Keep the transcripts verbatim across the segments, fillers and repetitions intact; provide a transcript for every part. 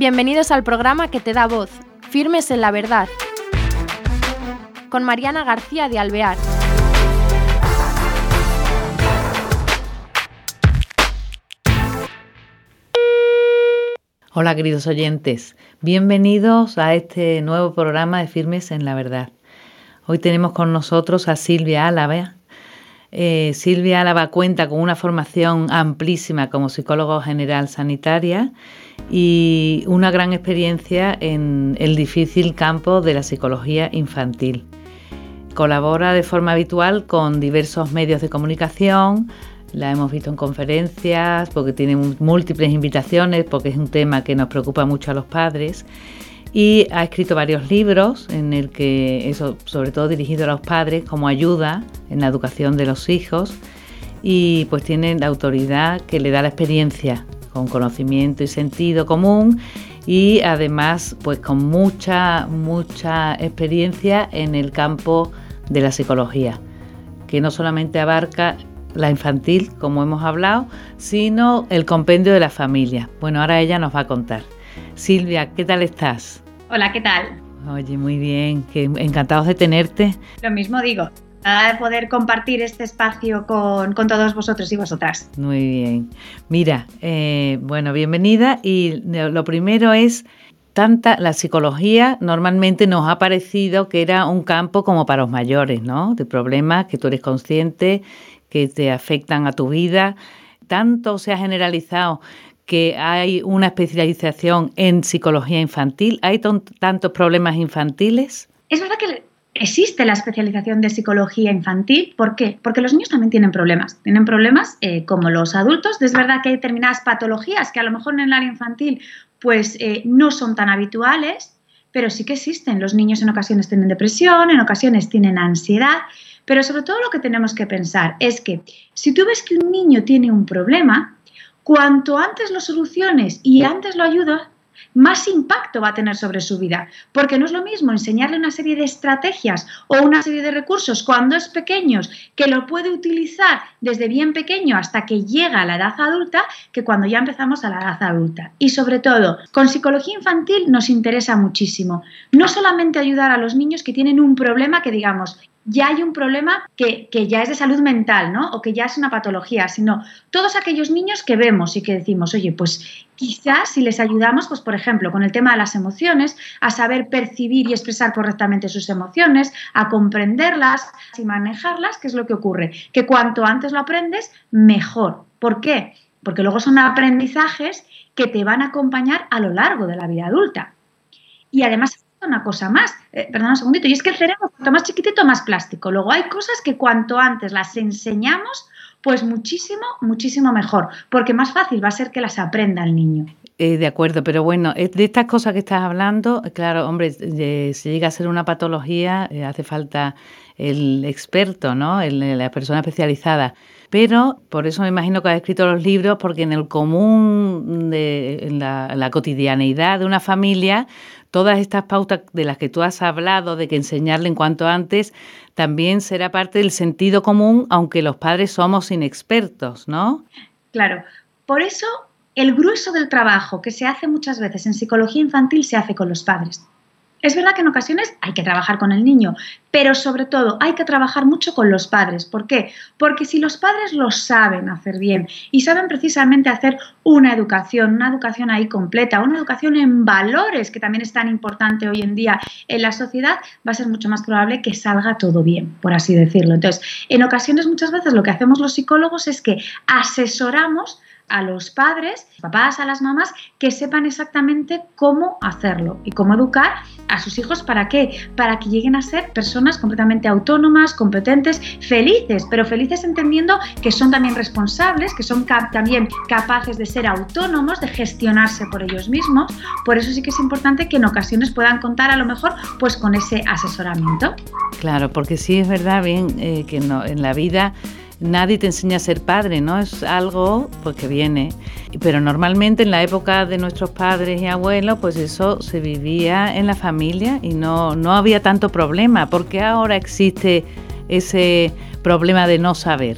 Bienvenidos al programa que te da voz, Firmes en la Verdad, con Mariana García de Alvear. Hola queridos oyentes, bienvenidos a este nuevo programa de Firmes en la Verdad. Hoy tenemos con nosotros a Silvia Álava. Eh, Silvia Álava cuenta con una formación amplísima como psicóloga general sanitaria y una gran experiencia en el difícil campo de la psicología infantil. Colabora de forma habitual con diversos medios de comunicación. La hemos visto en conferencias porque tiene múltiples invitaciones, porque es un tema que nos preocupa mucho a los padres, y ha escrito varios libros en el que eso, sobre todo dirigido a los padres, como ayuda en la educación de los hijos, y pues tiene la autoridad que le da la experiencia, con conocimiento y sentido común, y además pues con mucha mucha experiencia en el campo de la psicología, que no solamente abarca la infantil, como hemos hablado, sino el compendio de la familia. Bueno, ahora ella nos va a contar. Silvia, ¿qué tal estás? Hola, ¿qué tal? Oye, muy bien, que encantados de tenerte. Lo mismo digo, de poder compartir este espacio con, con todos vosotros y vosotras. Muy bien. Mira, eh, bueno, bienvenida, y lo primero es, tanta la psicología normalmente nos ha parecido que era un campo como para los mayores, ¿no? De problemas que tú eres consciente, que te afectan a tu vida. Tanto se ha generalizado que hay una especialización en psicología infantil. ¿Hay t- tantos problemas infantiles? Es verdad que existe la especialización de psicología infantil. ¿Por qué? Porque los niños también tienen problemas. Tienen problemas eh, como los adultos. Es verdad que hay determinadas patologías que a lo mejor en el área infantil pues eh, no son tan habituales, pero sí que existen. Los niños en ocasiones tienen depresión, en ocasiones tienen ansiedad. Pero sobre todo lo que tenemos que pensar es que si tú ves que un niño tiene un problema, cuanto antes lo soluciones y antes lo ayudas, más impacto va a tener sobre su vida. Porque no es lo mismo enseñarle una serie de estrategias o una serie de recursos cuando es pequeño, que lo puede utilizar desde bien pequeño hasta que llega a la edad adulta, que cuando ya empezamos a la edad adulta. Y sobre todo, con psicología infantil nos interesa muchísimo. No solamente ayudar a los niños que tienen un problema que digamos, ya hay un problema que, que ya es de salud mental, ¿no? O que ya es una patología, sino todos aquellos niños que vemos y que decimos, oye, pues quizás si les ayudamos, pues por ejemplo, con el tema de las emociones, a saber percibir y expresar correctamente sus emociones, a comprenderlas y manejarlas, ¿qué es lo que ocurre? Que cuanto antes lo aprendes, mejor. ¿Por qué? Porque luego son aprendizajes que te van a acompañar a lo largo de la vida adulta. Y además una cosa más, eh, perdón un segundito, y es que el cerebro, cuanto más chiquitito, más plástico. Luego hay cosas que cuanto antes las enseñamos, pues muchísimo, muchísimo mejor, porque más fácil va a ser que las aprenda el niño. Eh, de acuerdo, pero bueno, de estas cosas que estás hablando, claro, hombre, eh, si llega a ser una patología, eh, hace falta el experto, ¿no? El, la persona especializada. Pero por eso me imagino que has escrito los libros, porque en el común, de, en la, en la cotidianeidad de una familia, todas estas pautas de las que tú has hablado, de que enseñarle en cuanto antes, también será parte del sentido común, aunque los padres somos inexpertos, ¿no? Claro, por eso el grueso del trabajo que se hace muchas veces en psicología infantil se hace con los padres. Es verdad que en ocasiones hay que trabajar con el niño, pero sobre todo hay que trabajar mucho con los padres. ¿Por qué? Porque si los padres lo saben hacer bien y saben precisamente hacer una educación, una educación ahí completa, una educación en valores, que también es tan importante hoy en día en la sociedad, va a ser mucho más probable que salga todo bien, por así decirlo. Entonces, en ocasiones muchas veces lo que hacemos los psicólogos es que asesoramos a los padres, papás, a las mamás, que sepan exactamente cómo hacerlo y cómo educar a sus hijos. ¿Para qué? Para que lleguen a ser personas completamente autónomas, competentes, felices, pero felices entendiendo que son también responsables, que son cap- también capaces de ser autónomos, de gestionarse por ellos mismos. Por eso sí que es importante que en ocasiones puedan contar a lo mejor pues con ese asesoramiento. Claro, porque sí es verdad bien eh, que no, en la vida nadie te enseña a ser padre, ¿no? Es algo pues que viene. Pero normalmente en la época de nuestros padres y abuelos, pues eso se vivía en la familia y no, no había tanto problema. ¿Por qué ahora existe ese problema de no saber?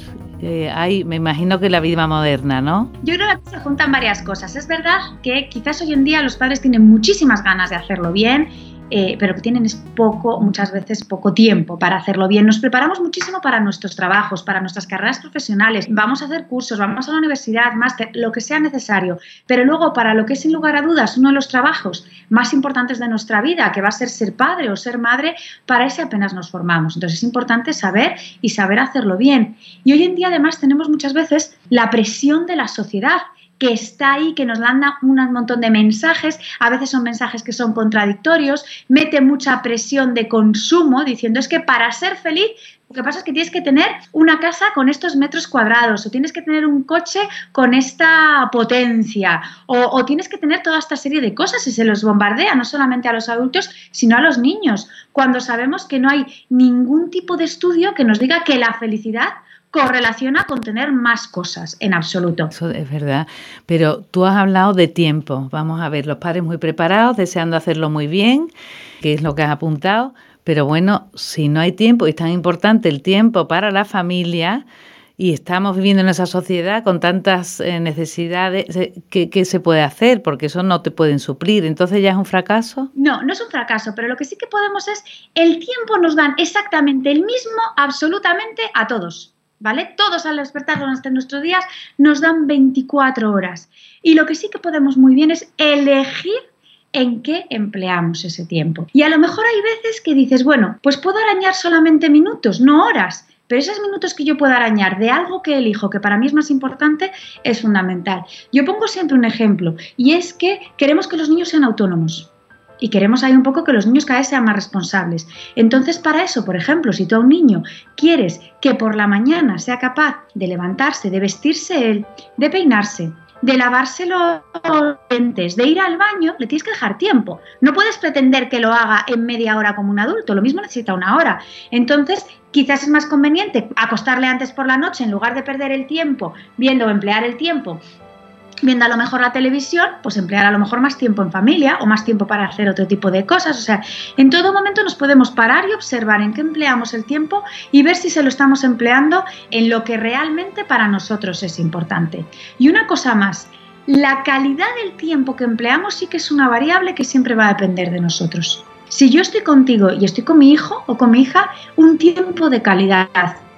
eh, hay, me imagino que la vida moderna, ¿no? Yo creo que se juntan varias cosas. Es verdad que quizás hoy en día los padres tienen muchísimas ganas de hacerlo bien, Eh, pero que tienen es poco, muchas veces poco tiempo para hacerlo bien. Nos preparamos muchísimo para nuestros trabajos, para nuestras carreras profesionales. Vamos a hacer cursos, vamos a la universidad, máster, lo que sea necesario. Pero luego, para lo que es sin lugar a dudas uno de los trabajos más importantes de nuestra vida, que va a ser ser padre o ser madre, para ese apenas nos formamos. Entonces es importante saber y saber hacerlo bien. Y hoy en día además tenemos muchas veces la presión de la sociedad, que está ahí, que nos manda un montón de mensajes, a veces son mensajes que son contradictorios, mete mucha presión de consumo diciendo es que para ser feliz lo que pasa es que tienes que tener una casa con estos metros cuadrados o tienes que tener un coche con esta potencia o, o tienes que tener toda esta serie de cosas y se los bombardea no solamente a los adultos sino a los niños, cuando sabemos que no hay ningún tipo de estudio que nos diga que la felicidad correlaciona con tener más cosas en absoluto. Eso es verdad, pero tú has hablado de tiempo. Vamos a ver, los padres muy preparados, deseando hacerlo muy bien, que es lo que has apuntado, pero bueno, si no hay tiempo, y es tan importante el tiempo para la familia, y estamos viviendo en esa sociedad con tantas eh, necesidades, ¿qué, ¿qué se puede hacer? Porque eso no te pueden suplir. ¿Entonces ya es un fracaso? No, no es un fracaso, pero lo que sí que podemos es, el tiempo nos dan exactamente el mismo absolutamente a todos. ¿Vale? Todos al despertar durante nuestros días nos dan veinticuatro horas. Y lo que sí que podemos muy bien es elegir en qué empleamos ese tiempo. Y a lo mejor hay veces que dices, bueno, pues puedo arañar solamente minutos, no horas. Pero esos minutos que yo puedo arañar de algo que elijo, que para mí es más importante, es fundamental. Yo pongo siempre un ejemplo, y es que queremos que los niños sean autónomos. Y queremos ahí un poco que los niños cada vez sean más responsables. Entonces, para eso, por ejemplo, si tú a un niño quieres que por la mañana sea capaz de levantarse, de vestirse él, de peinarse, de lavarse los dientes, de ir al baño, le tienes que dejar tiempo. No puedes pretender que lo haga en media hora como un adulto, lo mismo necesita una hora. Entonces, quizás es más conveniente acostarle antes por la noche en lugar de perder el tiempo viendo o emplear el tiempo viendo a lo mejor la televisión, pues emplear a lo mejor más tiempo en familia o más tiempo para hacer otro tipo de cosas. O sea, en todo momento nos podemos parar y observar en qué empleamos el tiempo y ver si se lo estamos empleando en lo que realmente para nosotros es importante. Y una cosa más, la calidad del tiempo que empleamos sí que es una variable que siempre va a depender de nosotros. Si yo estoy contigo y estoy con mi hijo o con mi hija, un tiempo de calidad.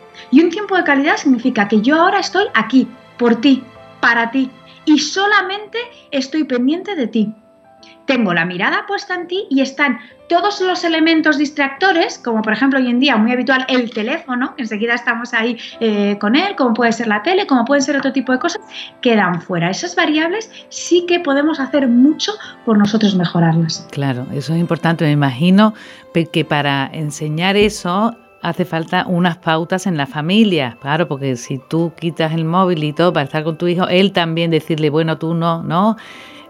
Y un tiempo de calidad significa que yo ahora estoy aquí, por ti, para ti. Y solamente estoy pendiente de ti. Tengo la mirada puesta en ti y están todos los elementos distractores, como por ejemplo hoy en día muy habitual el teléfono, enseguida estamos ahí eh, con él, como puede ser la tele, como pueden ser otro tipo de cosas, quedan fuera. Esas variables sí que podemos hacer mucho por nosotros mejorarlas. Claro, eso es importante. Me imagino que para enseñar eso hace falta unas pautas en la familia, claro, porque si tú quitas el móvil y todo para estar con tu hijo, él también decirle, bueno, tú no, ¿no?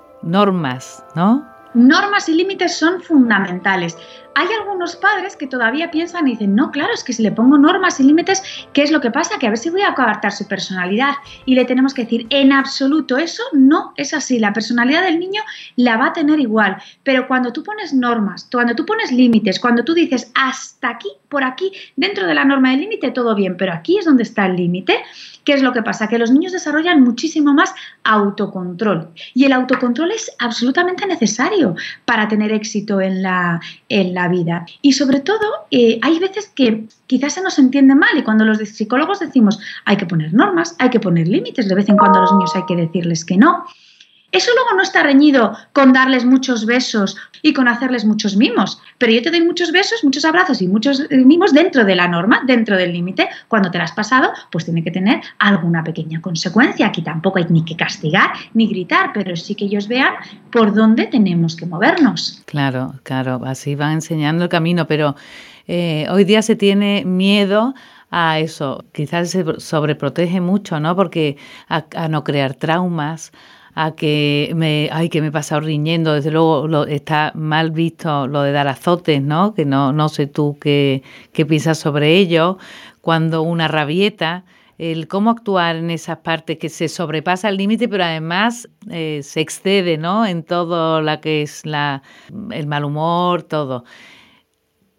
Normas, ¿no? Normas y límites son fundamentales. Hay algunos padres que todavía piensan y dicen, no, claro, es que si le pongo normas y límites, ¿qué es lo que pasa? Que a ver si voy a coartar su personalidad. Y le tenemos que decir, en absoluto, eso no es así. La personalidad del niño la va a tener igual. Pero cuando tú pones normas, cuando tú pones límites, cuando tú dices, hasta aquí, por aquí, dentro de la norma del límite, todo bien, pero aquí es donde está el límite. ¿Qué es lo que pasa? Que los niños desarrollan muchísimo más autocontrol. Y el autocontrol es absolutamente necesario para tener éxito en la, en la vida. Y sobre todo, eh, hay veces que quizás se nos entiende mal y cuando los psicólogos decimos hay que poner normas, hay que poner límites, de vez en cuando a los niños hay que decirles que no. Eso luego no está reñido con darles muchos besos y con hacerles muchos mimos, pero yo te doy muchos besos, muchos abrazos y muchos mimos dentro de la norma, dentro del límite. Cuando te la has pasado, pues tiene que tener alguna pequeña consecuencia. Aquí tampoco hay ni que castigar ni gritar, pero sí que ellos vean por dónde tenemos que movernos. Claro, claro, así van enseñando el camino, pero eh, hoy día se tiene miedo a eso, quizás se sobreprotege mucho, ¿no? Porque a, a no crear traumas, a que me, ay, que me he pasado riñendo, desde luego lo, está mal visto lo de dar azotes, ¿no? Que no, no sé tú qué, qué piensas sobre ello, cuando una rabieta, el cómo actuar en esas partes que se sobrepasa el límite, pero además eh, se excede, ¿no? En todo lo que es la, el mal humor, todo.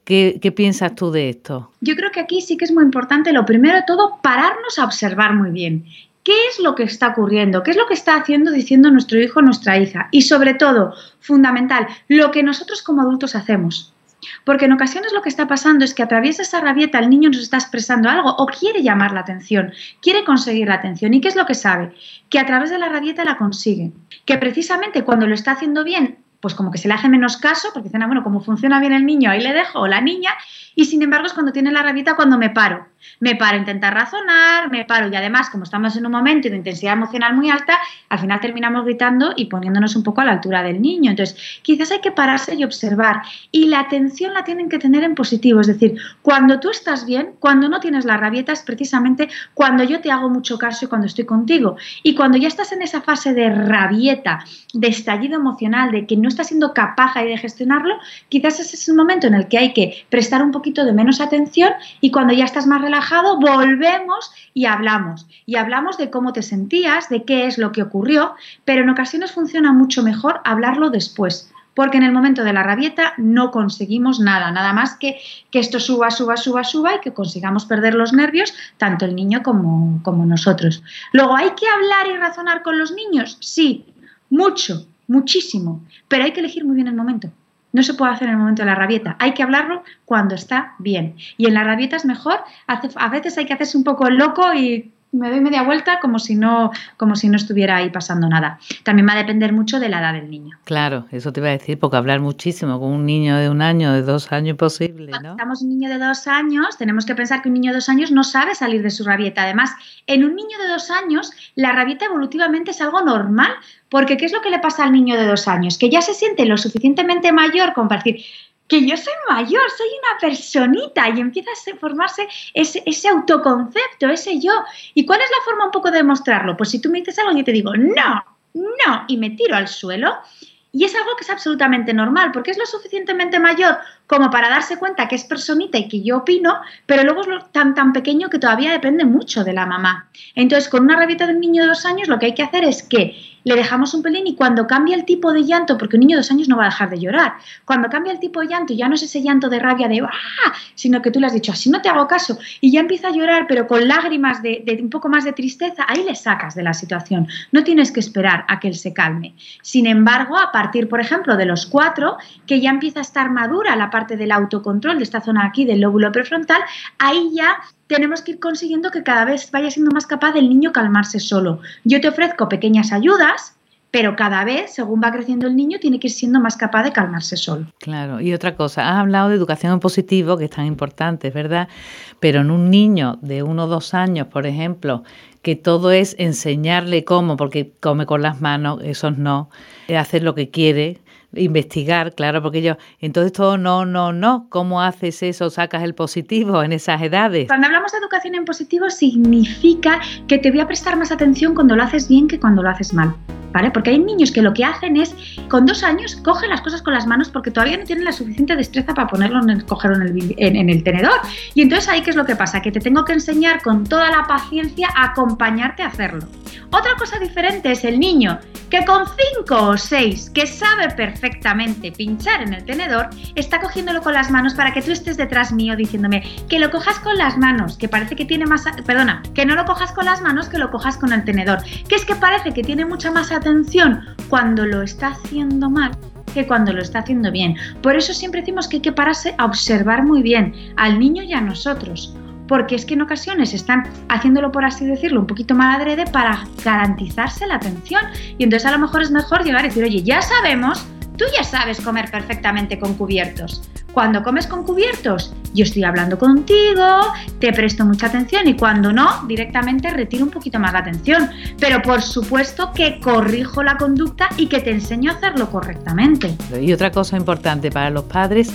¿Qué, qué piensas tú de esto? Yo creo que aquí sí que es muy importante, lo primero de todo, pararnos a observar muy bien. ¿Qué es lo que está ocurriendo? ¿Qué es lo que está haciendo, diciendo nuestro hijo o nuestra hija? Y sobre todo, fundamental, lo que nosotros como adultos hacemos. Porque en ocasiones lo que está pasando es que a través de esa rabieta el niño nos está expresando algo o quiere llamar la atención, quiere conseguir la atención. ¿Y qué es lo que sabe? Que a través de la rabieta la consigue. Que precisamente cuando lo está haciendo bien, pues como que se le hace menos caso, porque dicen, ah, bueno, como funciona bien el niño, ahí le dejo, o la niña, y sin embargo es cuando tiene la rabieta cuando me paro. Me paro a intentar razonar, me paro y además, como estamos en un momento de intensidad emocional muy alta, al final terminamos gritando y poniéndonos un poco a la altura del niño. Entonces, quizás hay que pararse y observar. Y la atención la tienen que tener en positivo, es decir, cuando tú estás bien, cuando no tienes la rabieta, es precisamente cuando yo te hago mucho caso y cuando estoy contigo. Y cuando ya estás en esa fase de rabieta, de estallido emocional, de que no estás siendo capaz ahí de gestionarlo, quizás ese es el momento en el que hay que prestar un poquito de menos atención y cuando ya estás más relajado, volvemos y hablamos. Y hablamos de cómo te sentías, de qué es lo que ocurrió, pero en ocasiones funciona mucho mejor hablarlo después, porque en el momento de la rabieta no conseguimos nada, nada más que que esto suba, suba, suba, suba y que consigamos perder los nervios, tanto el niño como, como nosotros. Luego, ¿hay que hablar y razonar con los niños? Sí, mucho, muchísimo, pero hay que elegir muy bien el momento. No se puede hacer en el momento de la rabieta, hay que hablarlo cuando está bien. Y en la rabieta es mejor, a veces hay que hacerse un poco el loco y me doy media vuelta como si no, como si no estuviera ahí pasando nada. También va a depender mucho de la edad del niño. Claro, eso te iba a decir, porque hablar muchísimo con un niño de un año, de dos años, imposible, ¿no? Cuando estamos un niño de dos años, tenemos que pensar que un niño de dos años no sabe salir de su rabieta. Además, en un niño de dos años, la rabieta evolutivamente es algo normal, porque ¿qué es lo que le pasa al niño de dos años? Que ya se siente lo suficientemente mayor como para decir que yo soy mayor, soy una personita y empieza a formarse ese, ese autoconcepto, ese yo. ¿Y cuál es la forma un poco de demostrarlo? Pues si tú me dices algo yo te digo no, no, y me tiro al suelo. Y es algo que es absolutamente normal, porque es lo suficientemente mayor como para darse cuenta que es personita y que yo opino, pero luego es lo tan, tan pequeño que todavía depende mucho de la mamá. Entonces, con una rabieta de un niño de dos años, lo que hay que hacer es que le dejamos un pelín y cuando cambia el tipo de llanto, porque un niño de dos años no va a dejar de llorar, cuando cambia el tipo de llanto, ya no es ese llanto de rabia de ¡ah!, sino que tú le has dicho, así no te hago caso, y ya empieza a llorar, pero con lágrimas de, de un poco más de tristeza, ahí le sacas de la situación. No tienes que esperar a que él se calme. Sin embargo, a partir, por ejemplo, de los cuatro, que ya empieza a estar madura la parte del autocontrol de esta zona aquí del lóbulo prefrontal, ahí ya tenemos que ir consiguiendo que cada vez vaya siendo más capaz del niño calmarse solo. Yo te ofrezco pequeñas ayudas, pero cada vez, según va creciendo el niño, tiene que ir siendo más capaz de calmarse solo. Claro, y otra cosa, has hablado de educación en positivo, que es tan importante, es verdad, pero en un niño de uno o dos años, por ejemplo, que todo es enseñarle cómo, porque come con las manos, esos no, hacer lo que quiere, investigar, claro, porque ellos, entonces todo no, no, no, ¿cómo haces eso? ¿Sacas el positivo en esas edades? Cuando hablamos de educación en positivo significa que te voy a prestar más atención cuando lo haces bien que cuando lo haces mal, ¿vale? Porque hay niños que lo que hacen es, con dos años, cogen las cosas con las manos porque todavía no tienen la suficiente destreza para ponerlo en el, cogerlo en el, en, en el tenedor. Y entonces ahí, ¿qué es lo que pasa? Que te tengo que enseñar con toda la paciencia a acompañarte a hacerlo. Otra cosa diferente es el niño que con cinco o seis, que sabe perfectamente pinchar en el tenedor, está cogiéndolo con las manos para que tú estés detrás mío diciéndome que lo cojas con las manos, que parece que tiene más, perdona, que no lo cojas con las manos, que lo cojas con el tenedor, que es que parece que tiene mucha más atención cuando lo está haciendo mal que cuando lo está haciendo bien. Por eso siempre decimos que hay que pararse a observar muy bien al niño y a nosotros, porque es que en ocasiones están haciéndolo, por así decirlo, un poquito mal adrede para garantizarse la atención. Y entonces a lo mejor es mejor llegar y decir, oye, ya sabemos, tú ya sabes comer perfectamente con cubiertos. Cuando comes con cubiertos, yo estoy hablando contigo, te presto mucha atención y cuando no, directamente retiro un poquito más la atención. Pero por supuesto que corrijo la conducta y que te enseño a hacerlo correctamente. Y otra cosa importante para los padres,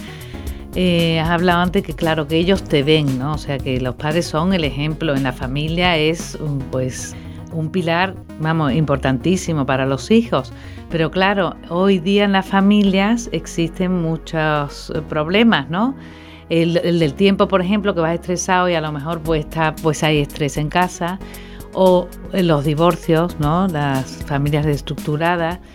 Eh, has hablado antes que claro que ellos te ven, ¿no? O sea que los padres son el ejemplo en la familia, es un, pues un pilar, vamos, importantísimo para los hijos. Pero claro, hoy día en las familias existen muchos problemas, ¿no? El, el del tiempo, por ejemplo, que vas estresado y a lo mejor pues está, pues hay estrés en casa, o los divorcios, ¿no? Las familias desestructuradas.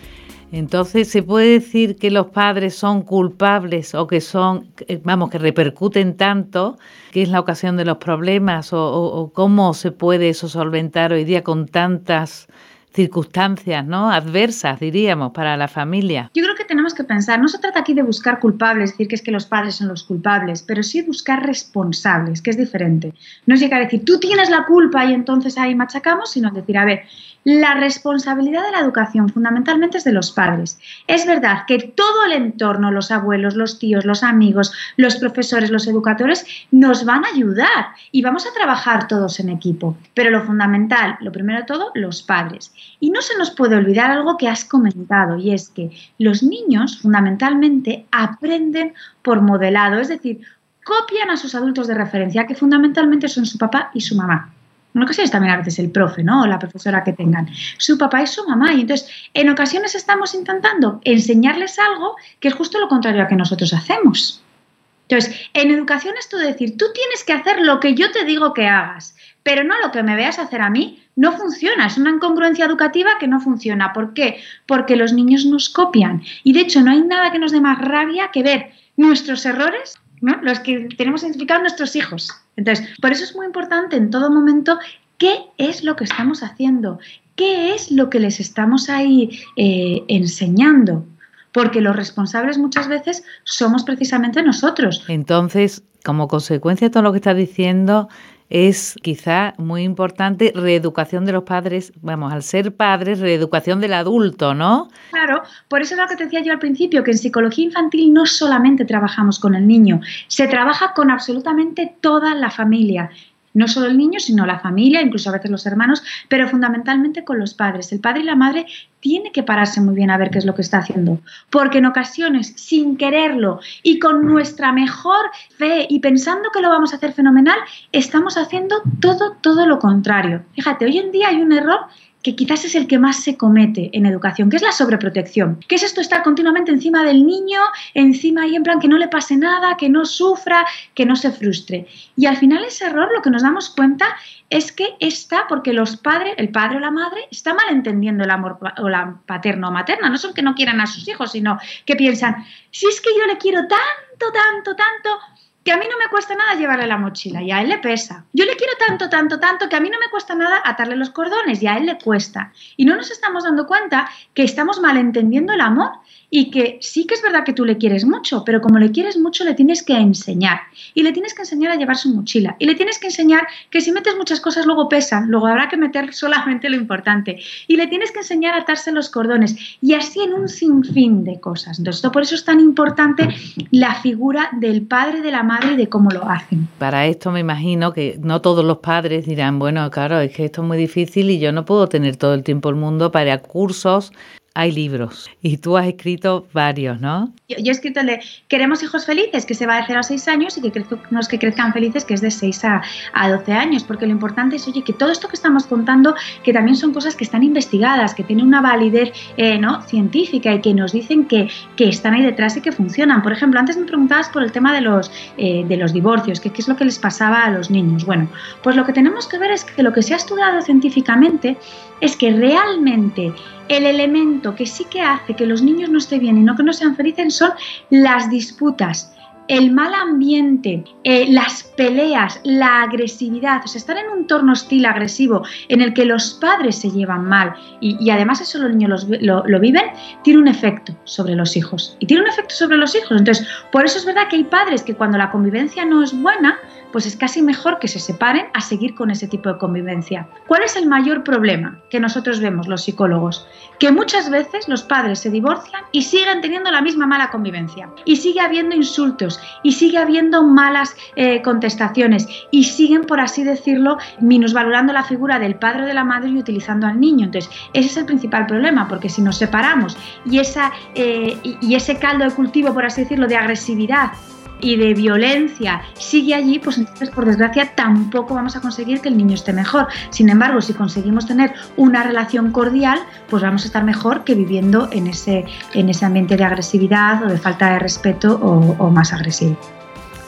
Entonces, ¿se puede decir que los padres son culpables o que son, vamos, que repercuten tanto, que es la ocasión de los problemas, o, o, o cómo se puede eso solventar hoy día con tantas circunstancias, ¿no?, adversas, diríamos, para la familia? Yo creo que tenemos que pensar, no se trata aquí de buscar culpables, decir que es que los padres son los culpables, pero sí buscar responsables, que es diferente. No es llegar a decir, tú tienes la culpa y entonces ahí machacamos, sino decir, a ver, la responsabilidad de la educación fundamentalmente es de los padres. Es verdad que todo el entorno, los abuelos, los tíos, los amigos, los profesores, los educadores, nos van a ayudar y vamos a trabajar todos en equipo. Pero lo fundamental, lo primero de todo, los padres. Y no se nos puede olvidar algo que has comentado, y es que los niños fundamentalmente aprenden por modelado, es decir, copian a sus adultos de referencia, que fundamentalmente son su papá y su mamá. En ocasiones también a veces el profe, ¿no?, o la profesora que tengan, su papá y su mamá. Y entonces, en ocasiones estamos intentando enseñarles algo que es justo lo contrario a que nosotros hacemos. Entonces, en educación esto de decir, tú tienes que hacer lo que yo te digo que hagas, pero no lo que me veas hacer a mí, no funciona. Es una incongruencia educativa que no funciona. ¿Por qué? Porque los niños nos copian. Y de hecho, no hay nada que nos dé más rabia que ver nuestros errores, ¿no?, los que tenemos identificados nuestros hijos. Entonces, por eso es muy importante en todo momento qué es lo que estamos haciendo, qué es lo que les estamos ahí eh, enseñando, porque los responsables muchas veces somos precisamente nosotros. Entonces, como consecuencia de todo lo que estás diciendo, es quizá muy importante reeducación de los padres, vamos, al ser padres, reeducación del adulto, ¿no? Claro, por eso es lo que te decía yo al principio, que en psicología infantil no solamente trabajamos con el niño, se trabaja con absolutamente toda la familia. No solo el niño, sino la familia, incluso a veces los hermanos, pero fundamentalmente con los padres. El padre y la madre tiene que pararse muy bien a ver qué es lo que está haciendo, porque en ocasiones, sin quererlo y con nuestra mejor fe y pensando que lo vamos a hacer fenomenal, estamos haciendo todo, todo lo contrario. Fíjate, hoy en día hay un error que quizás es el que más se comete en educación, que es la sobreprotección. ¿Qué es esto? Estar continuamente encima del niño, encima y en plan que no le pase nada, que no sufra, que no se frustre. Y al final ese error, lo que nos damos cuenta es que está porque los padres, el padre o la madre, está malentendiendo el amor o la paterno o materna. No son que no quieran a sus hijos, sino que piensan, si es que yo le quiero tanto, tanto, tanto, que a mí no me cuesta nada llevarle la mochila y a él le pesa. Yo le quiero tanto, tanto, tanto que a mí no me cuesta nada atarle los cordones y a él le cuesta. Y no nos estamos dando cuenta que estamos malentendiendo el amor y que sí que es verdad que tú le quieres mucho, pero como le quieres mucho le tienes que enseñar. Y le tienes que enseñar a llevar su mochila. Y le tienes que enseñar que si metes muchas cosas luego pesan, luego habrá que meter solamente lo importante. Y le tienes que enseñar a atarse los cordones. Y así en un sinfín de cosas. Entonces, por eso es tan importante la figura del padre, de la madre y de cómo lo hacen. Para esto me imagino que no todos los padres dirán, bueno, claro, es que esto es muy difícil y yo no puedo tener todo el tiempo el mundo para ir a cursos. Hay libros y tú has escrito varios, ¿no? Yo, yo he escrito el de Queremos hijos felices, que se va de cero a seis años, y que crezcan, que crezcan felices, que es de seis a doce años, porque lo importante es, oye, que todo esto que estamos contando, que también son cosas que están investigadas, que tienen una validez eh, ¿no? científica y que nos dicen que, que están ahí detrás y que funcionan. Por ejemplo, antes me preguntabas por el tema de los, eh, de los divorcios, que qué es lo que les pasaba a los niños. Bueno, pues lo que tenemos que ver es que lo que se ha estudiado científicamente es que realmente el elemento que sí que hace que los niños no estén bien y no que no sean felices son las disputas, el mal ambiente, eh, las peleas, la agresividad. O sea, estar en un entorno hostil, agresivo, en el que los padres se llevan mal y, y además eso los niños los, lo, lo viven, tiene un efecto sobre los hijos. Y tiene un efecto sobre los hijos. Entonces, por eso es verdad que hay padres que cuando la convivencia no es buena, pues es casi mejor que se separen a seguir con ese tipo de convivencia. ¿Cuál es el mayor problema que nosotros vemos los psicólogos? Que muchas veces los padres se divorcian y siguen teniendo la misma mala convivencia. Y sigue habiendo insultos, y sigue habiendo malas eh, contestaciones, y siguen, por así decirlo, minusvalorando la figura del padre o de la madre y utilizando al niño. Entonces, ese es el principal problema, porque si nos separamos y, esa, eh, y, y ese caldo de cultivo, por así decirlo, de agresividad y de violencia sigue allí, pues entonces, por desgracia, tampoco vamos a conseguir que el niño esté mejor. Sin embargo, si conseguimos tener una relación cordial, pues vamos a estar mejor que viviendo en ese, en ese ambiente de agresividad o de falta de respeto o, o más agresivo.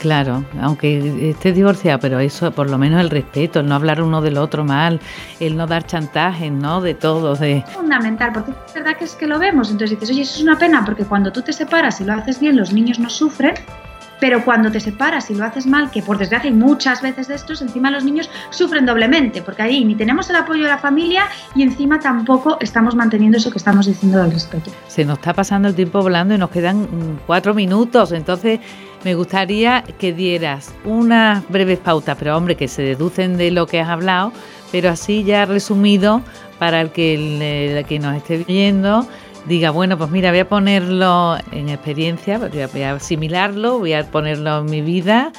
Claro, aunque estés divorciado, pero eso, por lo menos el respeto, el no hablar uno del otro mal, el no dar chantajes, ¿no? De todo, de... Es fundamental, porque es verdad que es que lo vemos, entonces dices, oye, eso es una pena, porque cuando tú te separas y lo haces bien, los niños no sufren, pero cuando te separas y lo haces mal, que por desgracia hay muchas veces de estos, encima los niños sufren doblemente, porque ahí ni tenemos el apoyo de la familia y encima tampoco estamos manteniendo eso que estamos diciendo del respeto. Se nos está pasando el tiempo volando y nos quedan cuatro minutos, entonces me gustaría que dieras unas breves pautas, pero hombre, que se deducen de lo que has hablado, pero así ya resumido para el que, el, el que nos esté viendo diga, bueno, pues mira, voy a ponerlo en experiencia, voy a, voy a asimilarlo, voy a ponerlo en mi vida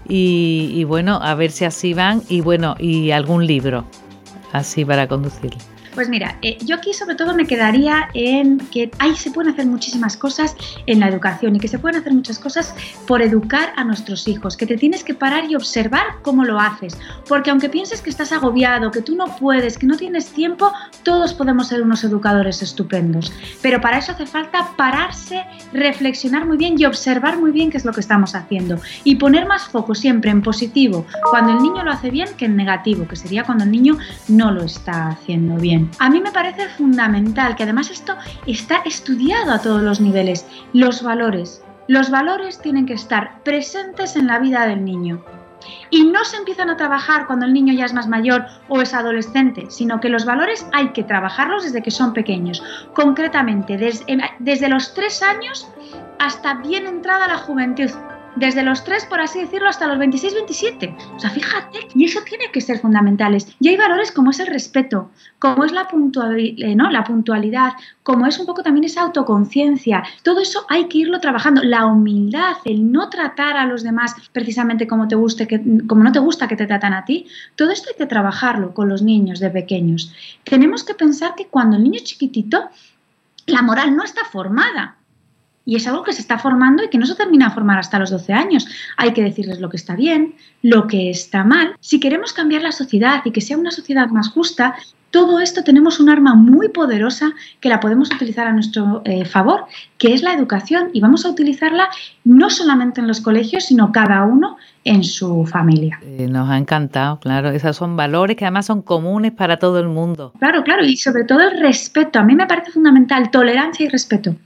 y, y bueno, a ver si así van y bueno, y algún libro así para conducirlo. Pues mira, eh, yo aquí sobre todo me quedaría en que ahí se pueden hacer muchísimas cosas en la educación y que se pueden hacer muchas cosas por educar a nuestros hijos, que te tienes que parar y observar cómo lo haces, porque aunque pienses que estás agobiado, que tú no puedes, que no tienes tiempo, todos podemos ser unos educadores estupendos, pero para eso hace falta pararse, reflexionar muy bien y observar muy bien qué es lo que estamos haciendo y poner más foco siempre en positivo cuando el niño lo hace bien que en negativo, que sería cuando el niño no lo está haciendo bien. A mí me parece fundamental, que además esto está estudiado a todos los niveles, los valores. Los valores tienen que estar presentes en la vida del niño. Y no se empiezan a trabajar cuando el niño ya es más mayor o es adolescente, sino que los valores hay que trabajarlos desde que son pequeños. Concretamente, desde, desde los tres años hasta bien entrada la juventud. Desde los tres, por así decirlo, hasta los veintiséis, veintisiete. O sea, fíjate, y eso tiene que ser fundamentales. Y hay valores como es el respeto, como es la puntualidad, ¿no? La puntualidad, como es un poco también esa autoconciencia. Todo eso hay que irlo trabajando. La humildad, el no tratar a los demás precisamente como te guste, que, como no te gusta que te tratan a ti. Todo esto hay que trabajarlo con los niños de pequeños. Tenemos que pensar que cuando el niño es chiquitito, la moral no está formada. Y es algo que se está formando y que no se termina de formar hasta los doce años. Hay que decirles lo que está bien, lo que está mal. Si queremos cambiar la sociedad y que sea una sociedad más justa, todo esto tenemos un arma muy poderosa que la podemos utilizar a nuestro eh, favor, que es la educación. Y vamos a utilizarla no solamente en los colegios, sino cada uno en su familia. Eh, nos ha encantado, claro. Esos son valores que además son comunes para todo el mundo. Claro, claro. Y sobre todo el respeto. A mí me parece fundamental, tolerancia y respeto.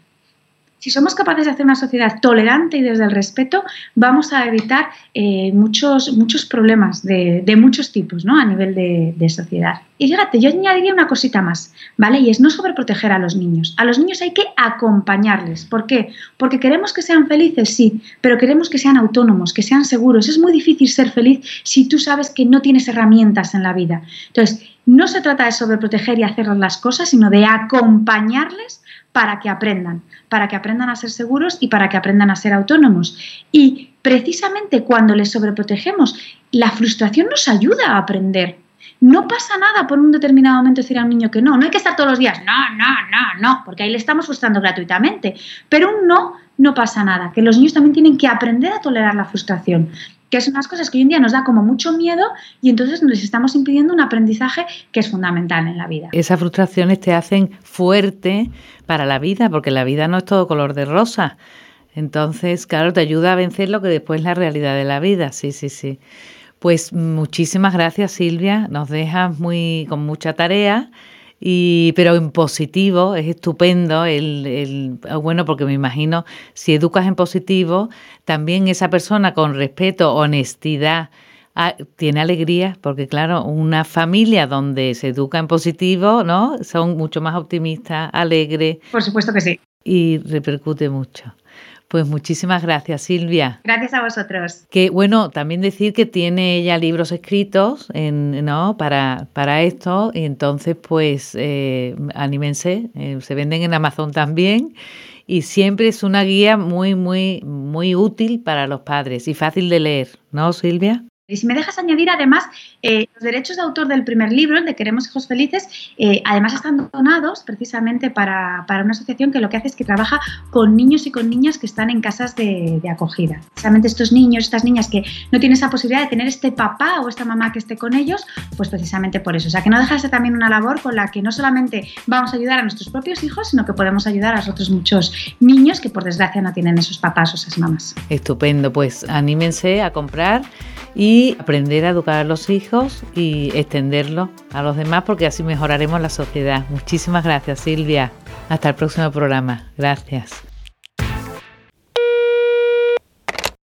Si somos capaces de hacer una sociedad tolerante y desde el respeto, vamos a evitar eh, muchos, muchos problemas de, de muchos tipos, ¿no? A nivel de, de sociedad. Y fíjate, yo añadiría una cosita más, ¿vale? Y es no sobreproteger a los niños. A los niños hay que acompañarles. ¿Por qué? Porque queremos que sean felices, sí, pero queremos que sean autónomos, que sean seguros. Es muy difícil ser feliz si tú sabes que no tienes herramientas en la vida. Entonces, no se trata de sobreproteger y hacerles las cosas, sino de acompañarles para que aprendan, para que aprendan a ser seguros y para que aprendan a ser autónomos. Y precisamente cuando les sobreprotegemos, la frustración nos ayuda a aprender. No pasa nada por un determinado momento decir a un niño que no, no hay que estar todos los días, no, no, no, no, porque ahí le estamos frustrando gratuitamente. Pero un no, no pasa nada, que los niños también tienen que aprender a tolerar la frustración, que son unas cosas que hoy en día nos da como mucho miedo y entonces nos estamos impidiendo un aprendizaje que es fundamental en la vida. Esas frustraciones te hacen fuerte para la vida, porque la vida no es todo color de rosa. Entonces, claro, te ayuda a vencer lo que después es la realidad de la vida. Sí, sí, sí. Pues muchísimas gracias, Silvia. Nos dejas muy con mucha tarea. Y, pero en positivo, es estupendo, el, el bueno, porque me imagino, si educas en positivo, también esa persona con respeto, honestidad, ah, tiene alegría, porque claro, una familia donde se educa en positivo, ¿no? Son mucho más optimistas, alegres. Por supuesto que sí. Y repercute mucho. Pues muchísimas gracias, Silvia. Gracias a vosotros. Que bueno, también decir que tiene ella libros escritos en, ¿no? para, para esto, y entonces pues eh, anímense, eh, se venden en Amazon también, y siempre es una guía muy, muy, muy útil para los padres y fácil de leer, ¿no, Silvia? Y si me dejas añadir, además, eh, los derechos de autor del primer libro, el de Queremos Hijos Felices, eh, además están donados precisamente para, para una asociación que lo que hace es que trabaja con niños y con niñas que están en casas de, de acogida. Precisamente estos niños, estas niñas que no tienen esa posibilidad de tener este papá o esta mamá que esté con ellos, pues precisamente por eso. O sea, que no deja de ser también una labor con la que no solamente vamos a ayudar a nuestros propios hijos, sino que podemos ayudar a los otros muchos niños que por desgracia no tienen esos papás o esas mamás. Estupendo, pues anímense a comprar y aprender a educar a los hijos y extenderlo a los demás, porque así mejoraremos la sociedad. Muchísimas gracias, Silvia. Hasta el próximo programa. Gracias.